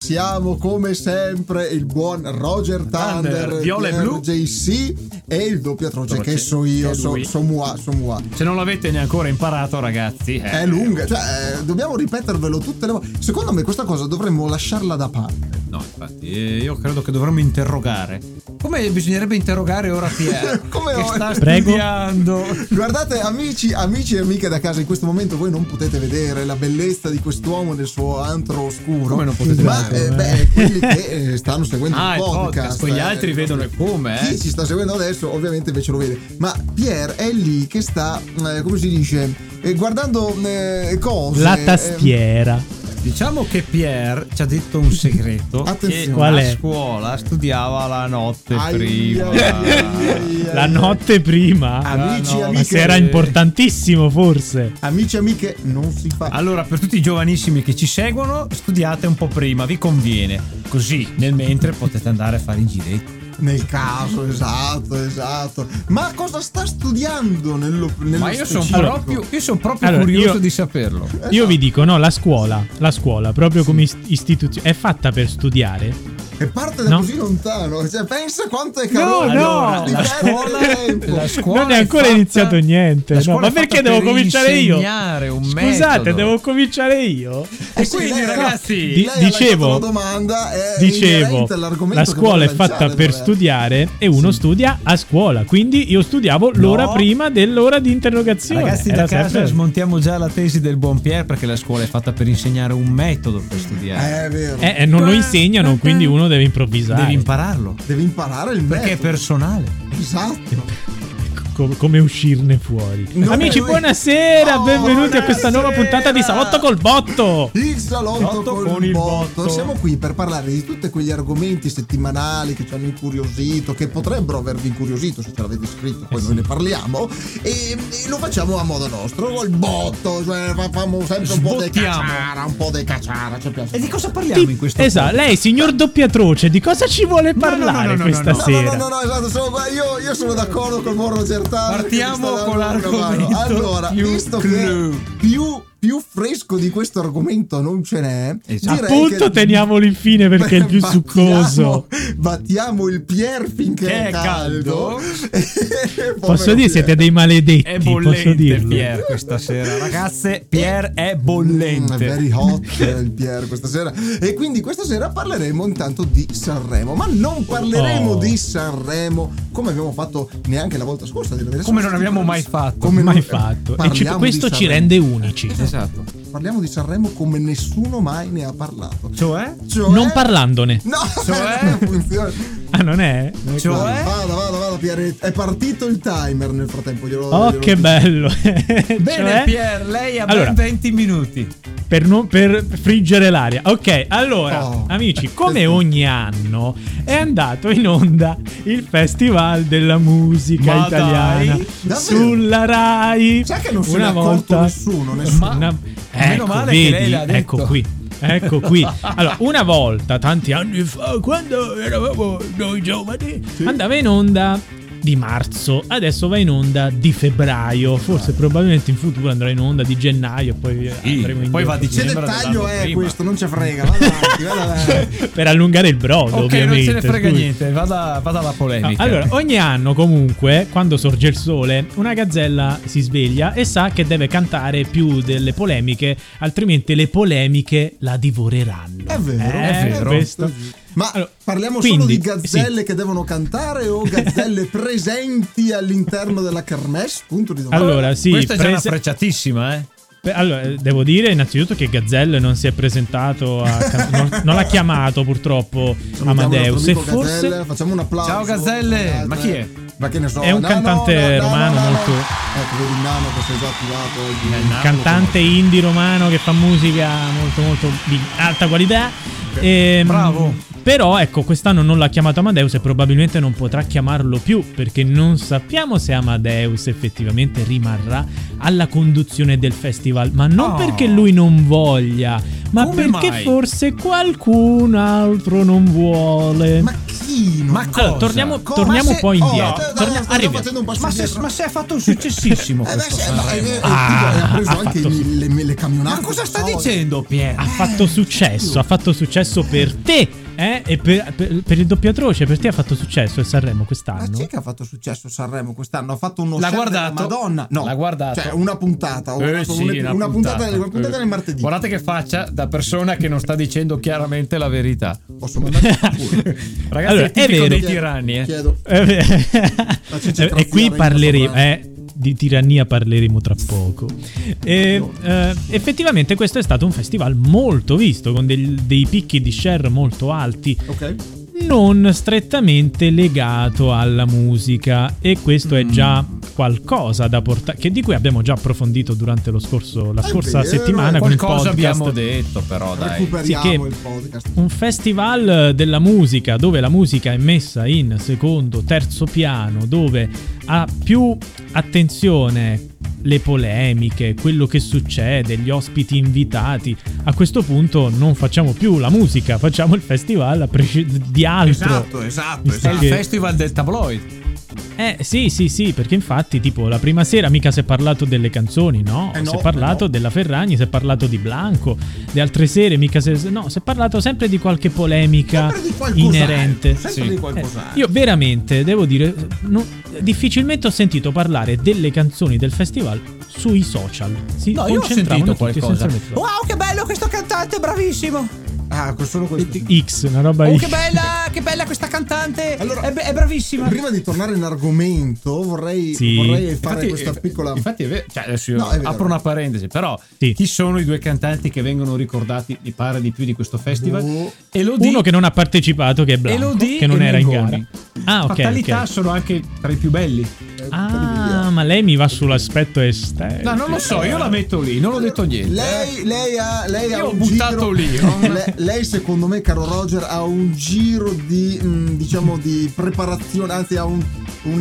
ringraziamo come sempre il buon Roger Thunder, Viola e Blu, JC e il doppio atroce che so io, so moi. Se non l'avete neanche ancora imparato, ragazzi, è lunga, cioè dobbiamo ripetervelo tutte le volte. Secondo me questa cosa dovremmo lasciarla da parte. No, infatti, io credo che dovremmo interrogare. Come bisognerebbe interrogare ora Pier? Come che sta studiando. Guardate, amici e amiche da casa, in questo momento voi non potete vedere la bellezza di quest'uomo nel suo antro oscuro. Come non potete vedere? Quelli che stanno seguendo il podcast. Poi gli altri vedono come. Chi ci sta seguendo adesso ovviamente invece lo vede. Ma Pier è lì che sta, come si dice, guardando cose. La tastiera. Diciamo che Pier ci ha detto un segreto. Attenzione. Qual è? A scuola studiava la notte prima. La notte prima? Amici e Ma amiche, se era importantissimo forse. amici e amiche, non si fa. Allora, per tutti i giovanissimi che ci seguono, studiate un po' prima, vi conviene. Così, nel mentre potete andare a fare i giretti. Nel caso, esatto. Ma cosa sta studiando nello Ma io sono specifico? proprio curioso di saperlo. Io vi dico, no, la scuola proprio come istituzione è fatta per studiare. E parte da così lontano, cioè, pensa quanto è caro. No, la scuola non è ancora iniziato niente. No, ma perché devo cominciare io? Scusate, devo cominciare io? E quindi, ragazzi, dicevo, la scuola è fatta per studiare e uno studia a scuola, quindi io studiavo l'ora prima dell'ora di interrogazione. Ragazzi, da casa smontiamo già la tesi del buon Pier, perché la scuola è fatta per insegnare un metodo per studiare. È vero. Non lo insegnano, quindi uno deve improvvisare. Devi impararlo. Devi imparare il metodo. Perché è personale. Esatto. Come uscirne fuori. Amici, buonasera, benvenuti a questa nuova puntata di Salotto col Botto. Il salotto con il botto. Siamo qui per parlare di tutti quegli argomenti settimanali che ci hanno incuriosito, che potrebbero avervi incuriosito se ce l'avete scritto, poi noi ne parliamo e lo facciamo a modo nostro, col botto, cioè facciamo sempre un po' di cacciara, ci piace. E di cosa parliamo in questo Esatto, lei, signor doppiatroce, di cosa ci vuole parlare questa sera? No, esatto, io sono d'accordo col Morro Certano. Partiamo con l'argomento. Allora, visto che più fresco di questo argomento non ce n'è, appunto teniamolo infine perché è il più succoso. Battiamo il Pier finché è caldo. Posso dire, siete dei maledetti. È bollente posso dirlo. Pier questa sera, ragazze. Pier è bollente. È very hot il Pier questa sera. E quindi questa sera parleremo intanto di Sanremo, ma non parleremo di Sanremo come abbiamo fatto neanche la volta scorsa. Come non abbiamo mai fatto. E questo ci rende unici. Esatto. Parliamo di Sanremo come nessuno mai ne ha parlato. Cioè? Non parlandone. No, cioè? funziona. Ah, non è? Cioè? Vada, Pier. È partito il timer nel frattempo. Che bello. Bene, Pier, lei ha ben 20 minuti. Per friggere l'aria. Ok, allora, amici, come ogni anno è andato in onda il Festival della Musica Italiana sulla Rai. Sai che non se ne è accorto nessuno. Meno male che lei l'ha detto. Ecco qui. Allora, una volta, tanti anni fa, quando eravamo noi giovani, andava in onda di marzo, adesso va in onda di febbraio, forse probabilmente in futuro andrà in onda di gennaio, poi andremo in poi va di che dettaglio è prima. Questo non ci frega, vada avanti. Per allungare il brodo, ovviamente. Non se ne frega niente, vada alla polemica. Allora, ogni anno comunque, quando sorge il sole, una gazzella si sveglia e sa che deve cantare più delle polemiche, altrimenti le polemiche la divoreranno. È vero. Questo. Ma parliamo solo di gazzelle che devono cantare o gazzelle presenti all'interno della kermesse? Punto di domanda. Allora, sì, questa è già una frecciatissima, Allora, devo dire innanzitutto che Gazzelle non si è presentato non l'ha chiamato purtroppo Amadeus. Se forse Gazzelle, facciamo un applauso. Ciao Gazzelle, ma chi è? Ma che ne so, è un cantante romano molto. Ecco, vedi il nano che si è già attivato oggi. Un cantante indie romano che fa musica molto molto di alta qualità. Bravo. Però ecco, quest'anno non l'ha chiamato Amadeus e probabilmente non potrà chiamarlo più, perché non sappiamo se Amadeus effettivamente rimarrà alla conduzione del festival, ma non perché lui non voglia, ma come perché mai? Forse qualcun altro non vuole. Ma chi? pochino. Ma Allora, torniamo un po' indietro. Stiamo facendo un passo indietro. Ma se ha fatto un successissimo questo Sanremo. Ha preso anche le camionate. Ma cosa sta dicendo Pier? Ha fatto successo per te. E per il doppiatroce, per te ha fatto successo il Sanremo quest'anno? Ma c'è che ha fatto successo Sanremo quest'anno? Ha fatto uno L'ha show guardato? della Madonna. No, l'ha guardato. Cioè una puntata. Una puntata del martedì. Guardate che faccia da persona che non sta dicendo chiaramente la verità. Posso mandare pure. Ragazzi, Allora, è tipico è dei vero. tiranni. Chiedo. E qui parleremo di tirannia parleremo tra poco. Effettivamente questo è stato un festival molto visto, con dei picchi di share molto alti. Ok. Non strettamente legato alla musica, e questo è già qualcosa da portare, che di cui abbiamo già approfondito durante la scorsa settimana con il Qualcosa podcast. abbiamo detto, però dai. Recuperiamo Sì, che il podcast. Un festival della musica dove la musica è messa in secondo, terzo piano, dove ha più attenzione le polemiche, quello che succede, gli ospiti invitati. A questo punto non facciamo più la musica, facciamo il festival di altro. Esatto. È il festival del tabloid. Sì, perché infatti tipo la prima sera mica si è parlato delle canzoni, no? Si è parlato della Ferragni, si è parlato di Blanco. Le altre sere mica si è parlato sempre di qualche polemica inerente. Sempre di qualcos'altro. Io veramente devo dire, difficilmente ho sentito parlare delle canzoni del festival sui social. No, io ho sentito qualcosa. Wow, che bello questo cantante, bravissimo. Ah, solo questo. X, una roba X. Che bella questa cantante. Allora, è bravissima. Prima di tornare in argomento, vorrei fare questa piccola. Infatti, cioè adesso io No, è vero. apro una parentesi. Però, Sì. chi sono i due cantanti che vengono ricordati, mi pare di più di questo festival? Oh. Elodie, Uno che non ha partecipato, che è Blanco, Elodie che non e era in Mengoni. gara. Ah, ok. Fatalità ok. sono anche tra i più belli. Ah, ma lei mi va sull'aspetto esterno. No, non lo so, io la metto lì, non ho detto niente. Lei ha Io ho un buttato giro, lì. lei secondo me, caro Roger, ha un giro di diciamo di preparazione, anzi ha un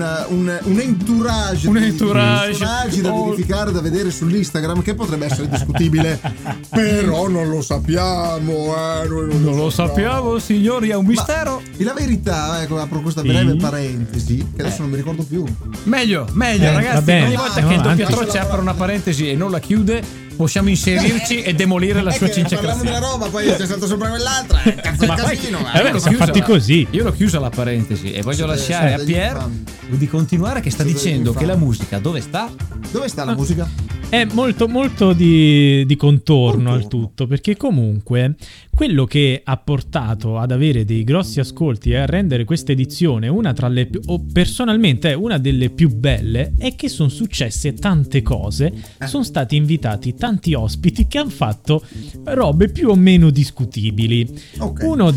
entourage Un di entourage. personaggi da verificare, da vedere sull'Instagram, che potrebbe essere discutibile. Però non lo sappiamo, noi Non lo sappiamo, signori, è un mistero. E la verità, ecco, apro questa breve parentesi, che adesso non mi ricordo più. Meglio, va ragazzi. bene. Ogni volta Andiamo che il avanti. doppiatroce apre una parentesi e non la chiude, possiamo inserirci e demolire la sua Parliamo cinciacrazia. della roba, poi c'è stato sopra quell'altra, cazzo Ma di poi- casino. io l'ho siamo chiusa fatti così. Io l'ho chiusa la parentesi e voglio lasciare a degli Pier infami. di continuare, che sta Siete dicendo degli che la infami. musica dove sta? Dove sta la musica? È molto di contorno al tutto, perché comunque quello che ha portato ad avere dei grossi ascolti e a rendere questa edizione una tra le più, o personalmente è una delle più belle, è che sono successe tante cose, sono stati invitati tanti ospiti che hanno fatto robe più o meno discutibili. Ok. Uno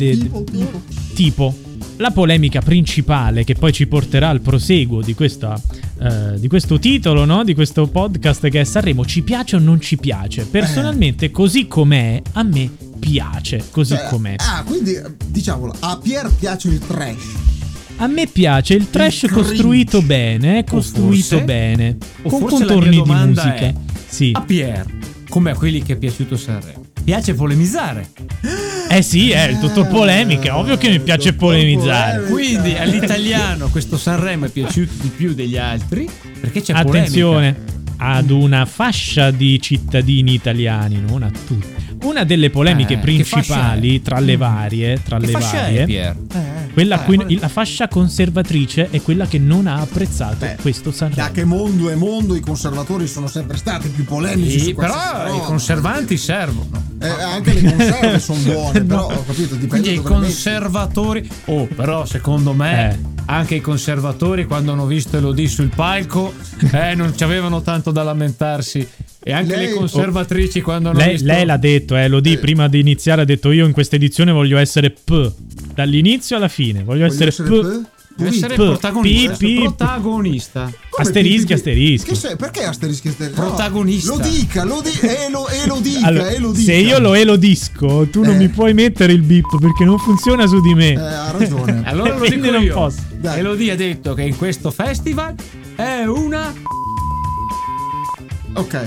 tipo la polemica principale che poi ci porterà al proseguo di questo titolo, no? Di questo podcast, che è Sanremo ci piace o non ci piace. Personalmente, così com'è, a me piace così com'è. Ah, quindi diciamolo, a Pier piace il trash. A me piace il trash cringe. costruito bene, forse- bene, o con forse la contorni mia di domanda musica. è, Sì. A Pier, come a quelli che è piaciuto Sanremo, piace polemizzare. Sì, è tutto polemica, è ovvio che mi piace polemizzare. Quindi all'italiano questo Sanremo è piaciuto di più degli altri perché c'è polemica. Attenzione ad una fascia di cittadini italiani, non a tutti. Una delle polemiche che principali tra le varie, Che fascia è, Pier? quella a cui la fascia conservatrice è quella che non ha apprezzato questo Da Sanremo. che mondo è mondo, i conservatori sono sempre stati più polemici su Però qualsiasi i roba. conservanti servono. Anche le conserve sono buone, però ho capito, dipende Quindi i da dove le metti. conservatori. Oh, però secondo me anche i conservatori, quando hanno visto Elodie sul palco, non ci avevano tanto da lamentarsi. E anche le conservatrici, quando hanno visto. Lei l'ha detto, Elodie, prima di iniziare ha detto: io in questa edizione voglio essere P. Dall'inizio alla fine, voglio essere P. Deve essere P, protagonista. P, P. Protagonista. Come Asterischi, asterischi. Perché asterischi? Protagonista. Lo dica, lo dica. Allora, lo dica. se io lo elodisco, tu non mi puoi mettere il bip perché non funziona su di me. Ha ragione. Allora lo Quindi dico non io. posso. Dai. Elodie ha detto che in questo festival è una. Ok.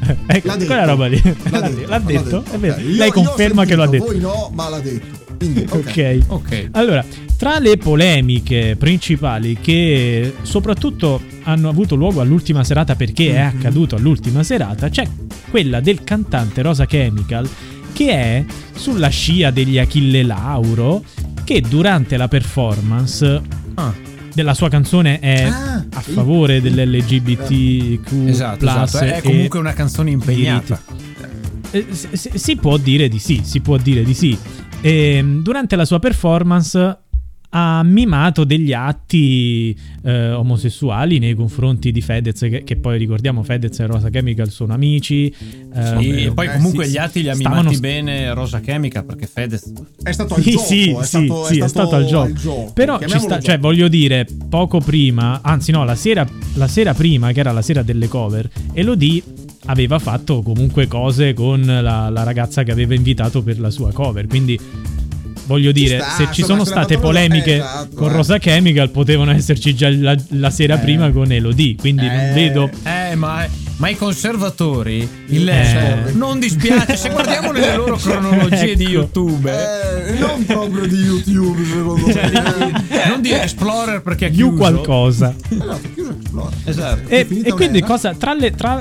Ecco, quella roba lì. L'ha detto? È vero. Lei conferma che lo ha detto. Voi no, ma l'ha detto. Quindi, ok. Allora, tra le polemiche principali che soprattutto hanno avuto luogo all'ultima serata, perché è accaduto all'ultima serata, c'è quella del cantante Rosa Chemical, che è sulla scia degli Achille Lauro, che durante la performance della sua canzone è a favore dell'LGBTQ+. Esatto. È comunque una canzone impegnata. Si può dire di sì. E durante la sua performance ha mimato degli atti omosessuali nei confronti di Fedez, che poi ricordiamo Fedez e Rosa Chemical sono amici. E poi comunque gli atti li ha mimati bene Rosa Chemical, perché Fedez è stato al gioco. È stato al gioco. Però ci sta, cioè voglio dire, poco prima, anzi no, la sera prima, che era la sera delle cover, Elodie aveva fatto comunque cose con la ragazza che aveva invitato per la sua cover, quindi voglio dire, se ci sono state polemiche con Rosa Chemical, potevano esserci già la sera prima con Elodie, quindi non vedo. Ma i conservatori, il lesbo, non dispiace, se guardiamo nelle loro cronologie di YouTube, non proprio di YouTube, secondo me. Non di Explorer, perché è chiuso. Qualcosa. Chiuso Explorer. Esatto. E quindi cosa, tra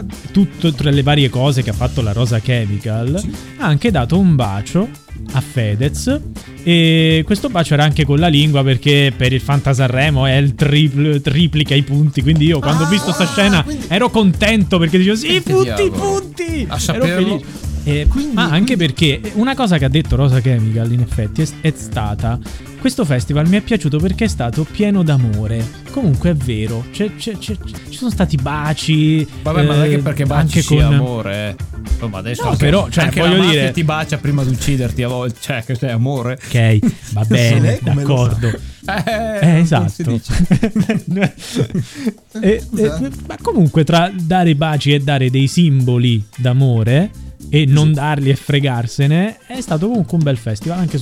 le varie cose che ha fatto la Rosa Chemical, ha anche dato un bacio a Fedez, e questo bacio era anche con la lingua, perché per il Fantasarremo è il triplica i punti, quindi io quando ho visto sta scena ero contento, perché dicevo sì, punti, a saperlo. Ero felice. Anche perché una cosa che ha detto Rosa Chemical in effetti è stata: questo festival mi è piaciuto perché è stato pieno d'amore. Comunque è vero, ci sono stati baci. Vabbè, ma non è che perché baci anche sia con amore. Ma adesso no, però, cioè, anche voglio la mafia dire, ti bacia prima di ucciderti a volte, cioè che sei amore. Ok, va bene, d'accordo. Esatto. Ma comunque, tra dare baci e dare dei simboli d'amore e non darli e fregarsene, è stato comunque un bel festival, anche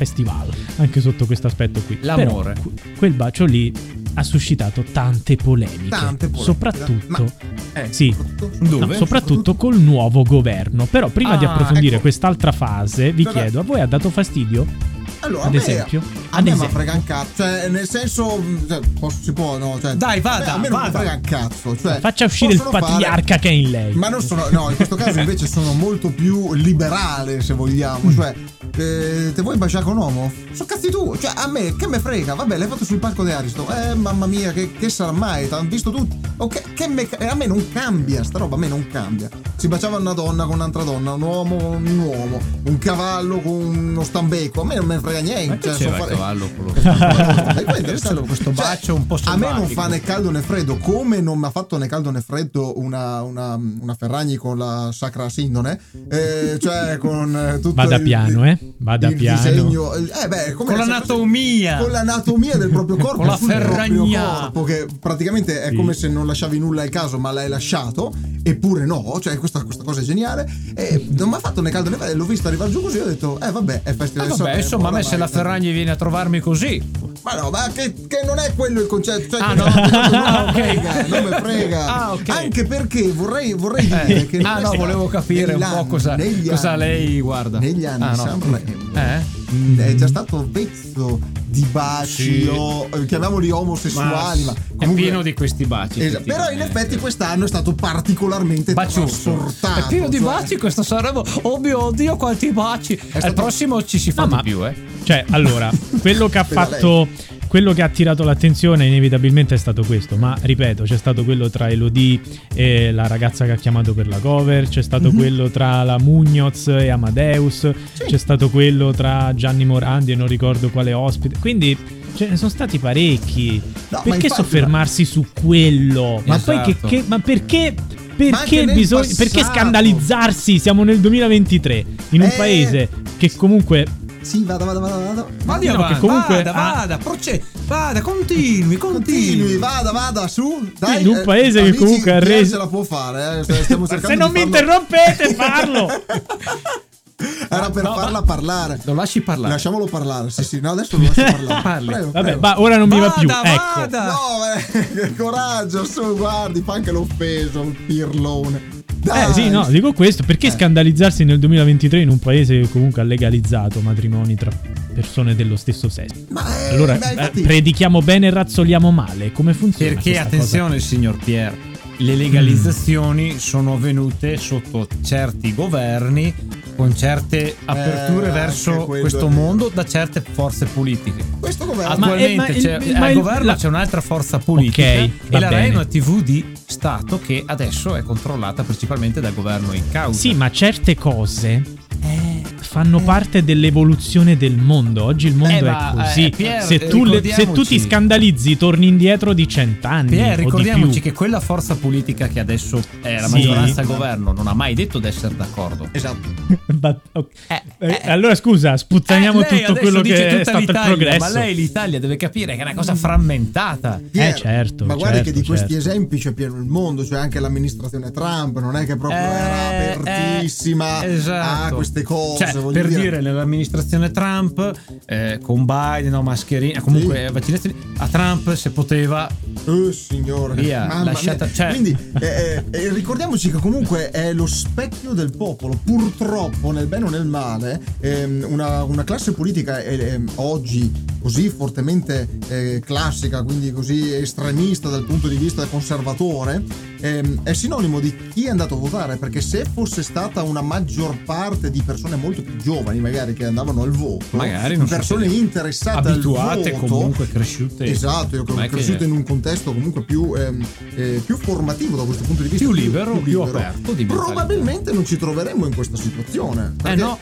sotto questo aspetto qui. L'amore. Però, quel bacio lì ha suscitato tante polemiche. Soprattutto soprattutto col nuovo governo. Però prima di approfondire quest'altra fase, vi chiedo: a voi ha dato fastidio? Allora, ad esempio, a me mi frega un cazzo, cioè nel senso, si può, no? Cioè, dai, vada, a me non mi frega un cazzo, cioè, faccia uscire il patriarca che è in lei. Ma non sono, no, in questo caso invece sono molto più liberale, se vogliamo, cioè te vuoi baciare con un uomo? Sono cazzi tu, cioè a me che me frega, vabbè, l'hai fatto sul palco di Aristo, mamma mia, che sarà mai, t'hanno visto tutti, a me non cambia, sta roba a me non cambia. Si baciava una donna con un'altra donna, un uomo con un uomo, un cavallo con uno stambecco, a me non me ne frega niente. Cioè, il cavallo questo bacio un po' selvatico. A me non fa né caldo né freddo, come non mi ha fatto né caldo né freddo una Ferragni con la Sacra Sindone, cioè con tutto vada piano. Disegno, con l'anatomia del proprio corpo, con la Ferragna, corpo, che praticamente è come se non lasciavi nulla al caso, ma l'hai lasciato, eppure no, cioè questa cosa è geniale, e non mi ha fatto né caldo né freddo, l'ho vista arrivare giù così, ho detto vabbè, è festival di Sanremo, insomma, a me se la Ferragni viene a trovarmi così, ma no, ma che non è quello il concetto, cioè non mi frega. Anche perché vorrei dire che volevo capire un po' cosa lei guarda negli anni è già stato vezzo di baci, chiamiamoli omosessuali, ma comunque è pieno di questi baci. Però in effetti quest'anno è stato particolarmente trasportato. È pieno di baci questo Sanremo. Oh mio Dio, quanti baci! Al prossimo ci si fa di più, Cioè, allora, quello che ha fatto, quello che ha attirato l'attenzione inevitabilmente è stato questo, ma ripeto, c'è stato quello tra Elodie e la ragazza che ha chiamato per la cover, c'è stato quello tra la Muñoz e Amadeus, c'è stato quello tra Gianni Morandi e non ricordo quale ospite, quindi ce ne sono stati parecchi. Perché soffermarsi su quello? Ma poi perché perché scandalizzarsi? Siamo nel 2023 in un paese che comunque sì, vada. Vadi avanti, che comunque vada, continui, vada, su, dai. In un paese che comunque ha reso se la può fare, stiamo cercando se non mi interrompete, parlo. Era per farla parlare. Lo lasci parlare. Lasciamolo parlare. Sì, no, adesso lo lascio parlare. Parli. Vabbè, ma ora non mi va più. Ecco. No, che coraggio, su, guardi, fa anche l'offeso, il pirlone. Dai. Sì, no, dico questo, perché scandalizzarsi nel 2023 in un paese che comunque ha legalizzato matrimoni tra persone dello stesso sesso? Allora, predichiamo bene e razzoliamo male, come funziona? Perché attenzione, cosa? Signor Pier, le legalizzazioni sono avvenute sotto certi governi con certe aperture verso questo mondo da certe forze politiche. Questo governo attualmente al governo c'è un'altra forza politica, e la Rai è una TV di Stato che adesso è controllata principalmente dal governo in causa. Sì, ma certe cose fanno parte dell'evoluzione del mondo. Oggi il mondo è così. Pier, se tu ti scandalizzi, torni indietro di 100 anni. Pier, ricordiamoci che quella forza politica che adesso è la maggioranza al governo non ha mai detto di essere d'accordo. Esatto. Allora scusa, sputtaniamo tutto quello che è stato il progresso. Ma lei l'Italia deve capire che è una cosa frammentata. Pier, certo. Ma guardi che di questi esempi c'è pieno il mondo. Cioè anche l'amministrazione Trump non è che proprio era apertissima a queste cose. Per dire, nell'amministrazione Trump con Biden o mascherina, comunque vaccinazioni, a Trump se poteva signore, via, lasciata, quindi ricordiamoci che comunque è lo specchio del popolo, purtroppo, nel bene o nel male. Una classe politica oggi così fortemente classica, quindi così estremista dal punto di vista conservatore, è sinonimo di chi è andato a votare, perché se fosse stata una maggior parte di persone molto più giovani magari che andavano al voto, magari non persone interessate abituate, al voto, comunque cresciute, esatto, cresciute in un contesto comunque più formativo da questo punto di vista, più libero, più aperto, probabilmente non ci troveremmo in questa situazione,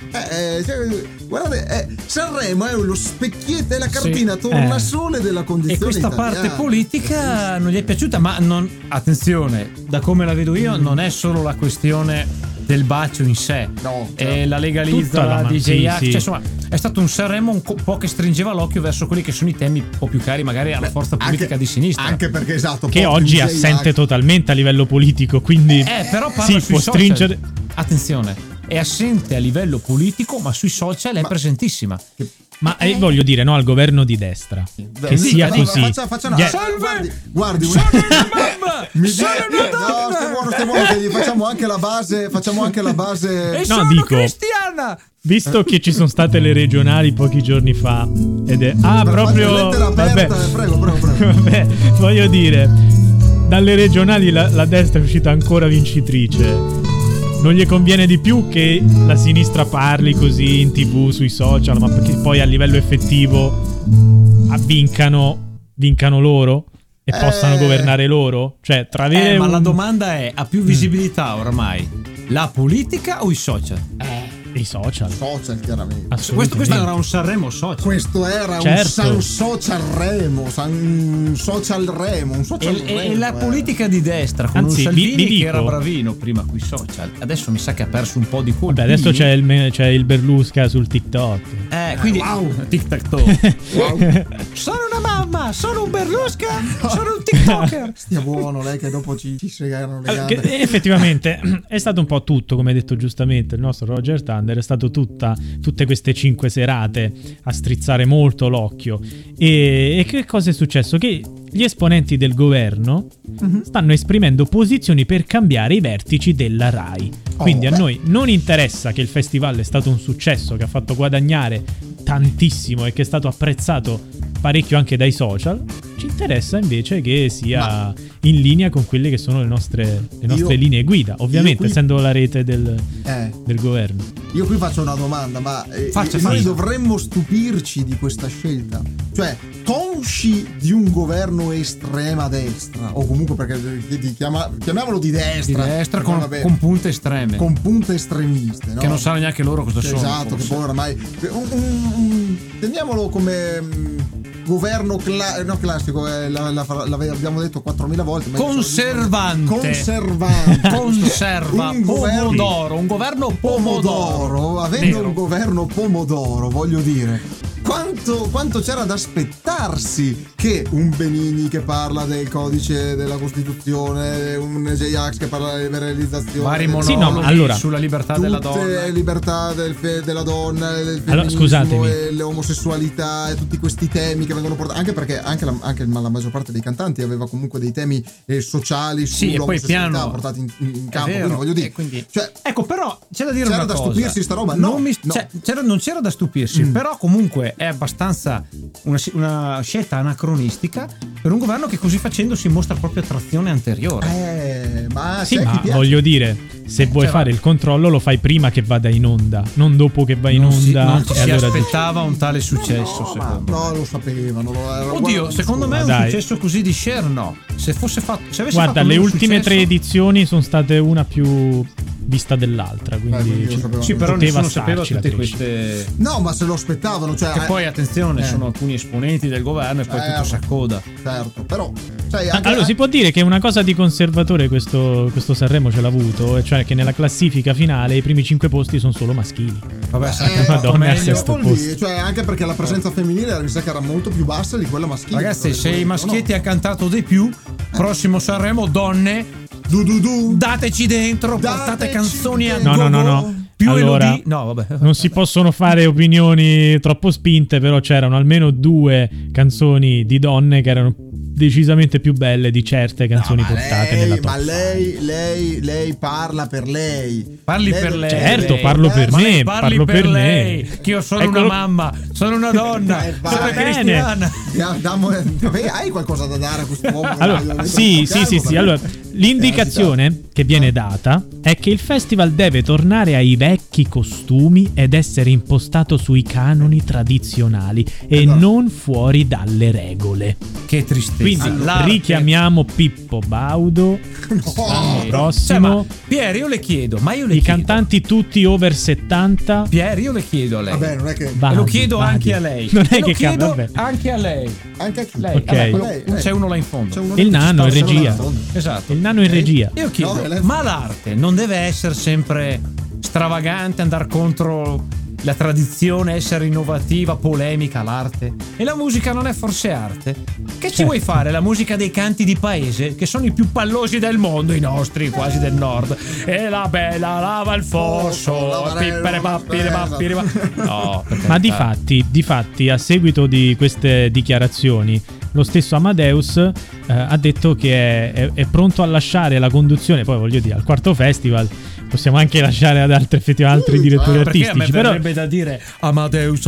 perché, guardate, Sanremo è lo specchietto, è la cartina tornasole della condizione e questa italiana. Parte politica non gli è piaciuta, ma non, attenzione, da come la vedo io non è solo la questione del bacio in sé, la legalizza, la DJ Act, cioè, insomma, è stato un Sanremo un po' che stringeva l'occhio verso quelli che sono i temi un po' più cari magari alla forza politica di sinistra, anche perché che oggi è assente totalmente a livello politico, quindi però parla sui può social. stringere. Attenzione, è assente a livello politico, ma sui social è presentissima. Ma voglio dire, no, al governo di destra che sia così. Faccia una guardi sono una mamma, sono una donna. Stai buono che gli facciamo anche la base e sono cristiana. Visto che ci sono state le regionali pochi giorni fa ed è proprio aperta, prego. Vabbè, voglio dire, dalle regionali la destra è uscita ancora vincitrice. Non gli conviene di più che la sinistra parli così in TV, sui social, ma perché poi a livello effettivo vincano loro e possano governare loro? Cioè, tra avere ma la domanda è, ha più visibilità oramai la politica o i social? I social, chiaramente. Questo era un Sanremo social. Questo era un social Remo. E la politica di destra con un Salvini che era bravino prima con i social. Adesso mi sa che ha perso un po' di colpi. Adesso c'è il Berlusca sul TikTok. Quindi TikTok. Sono una mamma, sono un Berlusca, sono un TikToker. Stia buono lei che dopo ci segano le gambe. Effettivamente è stato un po' tutto, come ha detto giustamente il nostro Roger Thunder. È stato tutte queste 5 serate a strizzare molto l'occhio. E che cosa è successo? Che gli esponenti del governo stanno esprimendo posizioni per cambiare i vertici della Rai. Quindi a noi non interessa che il festival è stato un successo, che ha fatto guadagnare tantissimo e che è stato apprezzato parecchio anche dai social. Ci interessa invece che sia in linea con quelle che sono le nostre linee guida, ovviamente essendo la rete del governo. Io qui faccio una domanda, ma noi dovremmo stupirci di questa scelta? Cioè, consci di un governo estrema destra, o comunque perché chiamiamolo di destra con punte estreme, con punte estremiste, no? Che non sanno neanche loro cosa sono. Esatto, che poi oramai teniamolo come governo classico, l'abbiamo detto 4.000 volte, ma conserva un governo pomodoro, avendo un governo pomodoro, voglio dire, quanto c'era da aspettarsi che un Benigni che parla del codice della Costituzione, un J-Ax che parla della liberalizzazione, vari monologhi sulla libertà della donna, le libertà della donna, del femminismo e l'omosessualità e tutti questi temi che vengono portati, anche perché anche la maggior parte dei cantanti aveva comunque dei temi sociali sull'omosessualità portati in campo, quindi voglio dire, cioè, ecco, però c'è da dire una cosa, stupirsi sta roba, non c'era da stupirsi, però comunque è abbastanza una scelta anacronistica per un governo che così facendo si mostra proprio attrazione anteriore. Ma voglio dire, se vuoi fare il controllo lo fai prima che vada in onda, non dopo che va in onda. Non ci si aspettava un tale successo, secondo me. No, lo sapevano. Oddio, secondo me un successo così di share no. Se avesse guarda, fatto le ultime successo, 3 edizioni sono state una più vista dell'altra, quindi sì, però nessuno sapeva tutte queste. No, ma se lo aspettavano, cioè. Che poi attenzione, sono alcuni esponenti del governo e poi tutto si accoda. Certo, però. Allora si può dire che una cosa di conservatore questo Sanremo ce l'ha avuto, cioè che nella classifica finale i primi 5 posti sono solo maschili. Vabbè, Madonna, al sesto posto. Cioè, anche perché la presenza femminile mi sa che era molto più bassa di quella maschile. Ragazzi, se i maschietti ha cantato di più, prossimo Sanremo, donne, dateci dentro, portate canzoni a no. Più allora, vabbè. Non si possono fare opinioni troppo spinte, però c'erano almeno 2 canzoni di donne che erano decisamente più belle di certe canzoni portate nella top. Ma lei parla per lei. Parli per lei. Certo, lei. parlo per me. Parlo per lei. Che io sono una mamma, sono una donna, sono cristiana. Hai qualcosa da dare a questo uomo? Allora, sì. Allora, l'indicazione che viene data è che il festival deve tornare ai vecchi costumi ed essere impostato sui canoni tradizionali e non fuori dalle regole. Che tristezza. Quindi richiamiamo Pippo Baudo l'anno prossimo. Pier, io le chiedo, I cantanti tutti over 70. Pier, io le chiedo a lei. Vabbè, non è che lo chiedo anche a lei. Non è lo che chiedo anche a lei. Anche a chi? Lei. Okay. Vabbè, c'è uno là in fondo. Il nano in regia. Esatto. Il nano in regia. Io chiedo, ma l'arte non deve essere sempre stravagante, andare contro la tradizione, essere innovativa, polemica, l'arte? E la musica non è forse arte? Che ci vuoi fare? La musica dei canti di paese, che sono i più pallosi del mondo, i nostri, quasi del nord. E la bella lava il fosso, pippere pappire. No, ma difatti, a seguito di queste dichiarazioni, lo stesso Amadeus ha detto che è pronto a lasciare la conduzione. Poi voglio dire, al quarto festival possiamo anche lasciare ad altri direttori artistici, però verrebbe da dire Amadeus.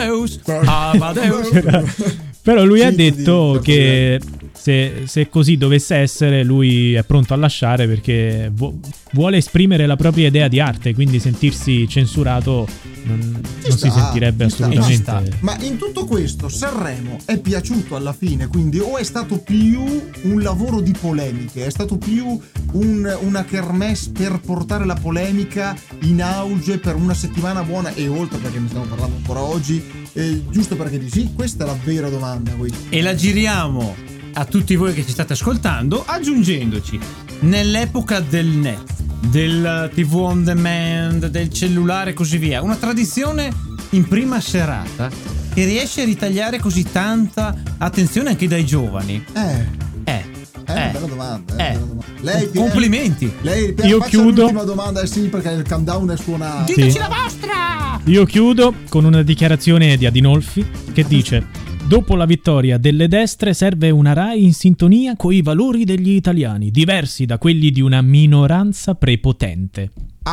Però lui ha detto che se così dovesse essere, lui è pronto a lasciare perché vuole esprimere la propria idea di arte, quindi sentirsi censurato non si sentirebbe assolutamente. Ma in tutto questo Sanremo è piaciuto alla fine, quindi o è stato più un lavoro di polemiche, è stato più una kermesse per portare la polemica in auge per una settimana buona e oltre, perché ne stiamo parlando ancora oggi, giusto perché di sì? Questa è la vera domanda. E la giriamo a tutti voi che ci state ascoltando, aggiungendoci nell'epoca del net, del TV on demand, del cellulare e così via, una tradizione in prima serata che riesce a ritagliare così tanta attenzione anche dai giovani. Bella domanda. Lei, complimenti. Io chiudo. L'ultima domanda, sì, perché il countdown è suonato. Diteci la vostra. Io chiudo con una dichiarazione di Adinolfi che dice: dopo la vittoria delle destre serve una Rai in sintonia coi valori degli italiani, diversi da quelli di una minoranza prepotente.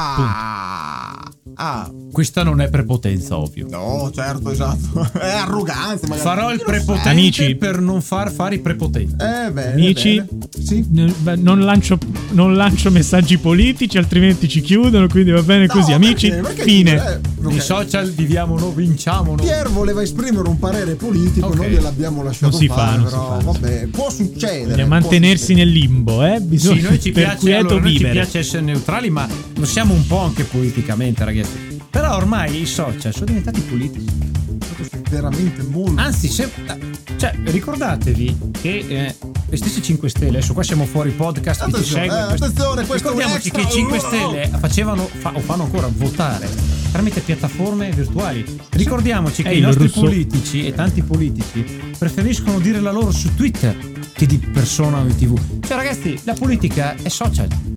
Questa non è prepotenza, ovvio. No, certo, esatto. È arroganza. Magari. Farò il prepotente, amici, per non far fare i prepotenti. Bene, amici, bene. Sì? Non lancio messaggi politici, altrimenti ci chiudono. Quindi va bene così, amici. Perché fine. I social viviamo, no, vinciamo. No? Pier voleva esprimere un parere politico, noi gliel'abbiamo lasciato fare. Non si fa. Vabbè, può succedere. Bisogna mantenersi nel limbo, Bisogna. Sì, noi ci piace essere neutrali, ma lo siamo un po' anche politicamente, ragazzi. Però ormai i social sono diventati politici. veramente molto. Anzi, ricordatevi che le stesse 5 Stelle, adesso qua siamo fuori podcast, chi ci segue, attenzione, ricordiamoci che i 5 Stelle fanno ancora votare tramite piattaforme virtuali. Ricordiamoci che i nostri politici e tanti politici preferiscono dire la loro su Twitter che di persona o in TV. Cioè ragazzi, la politica è social.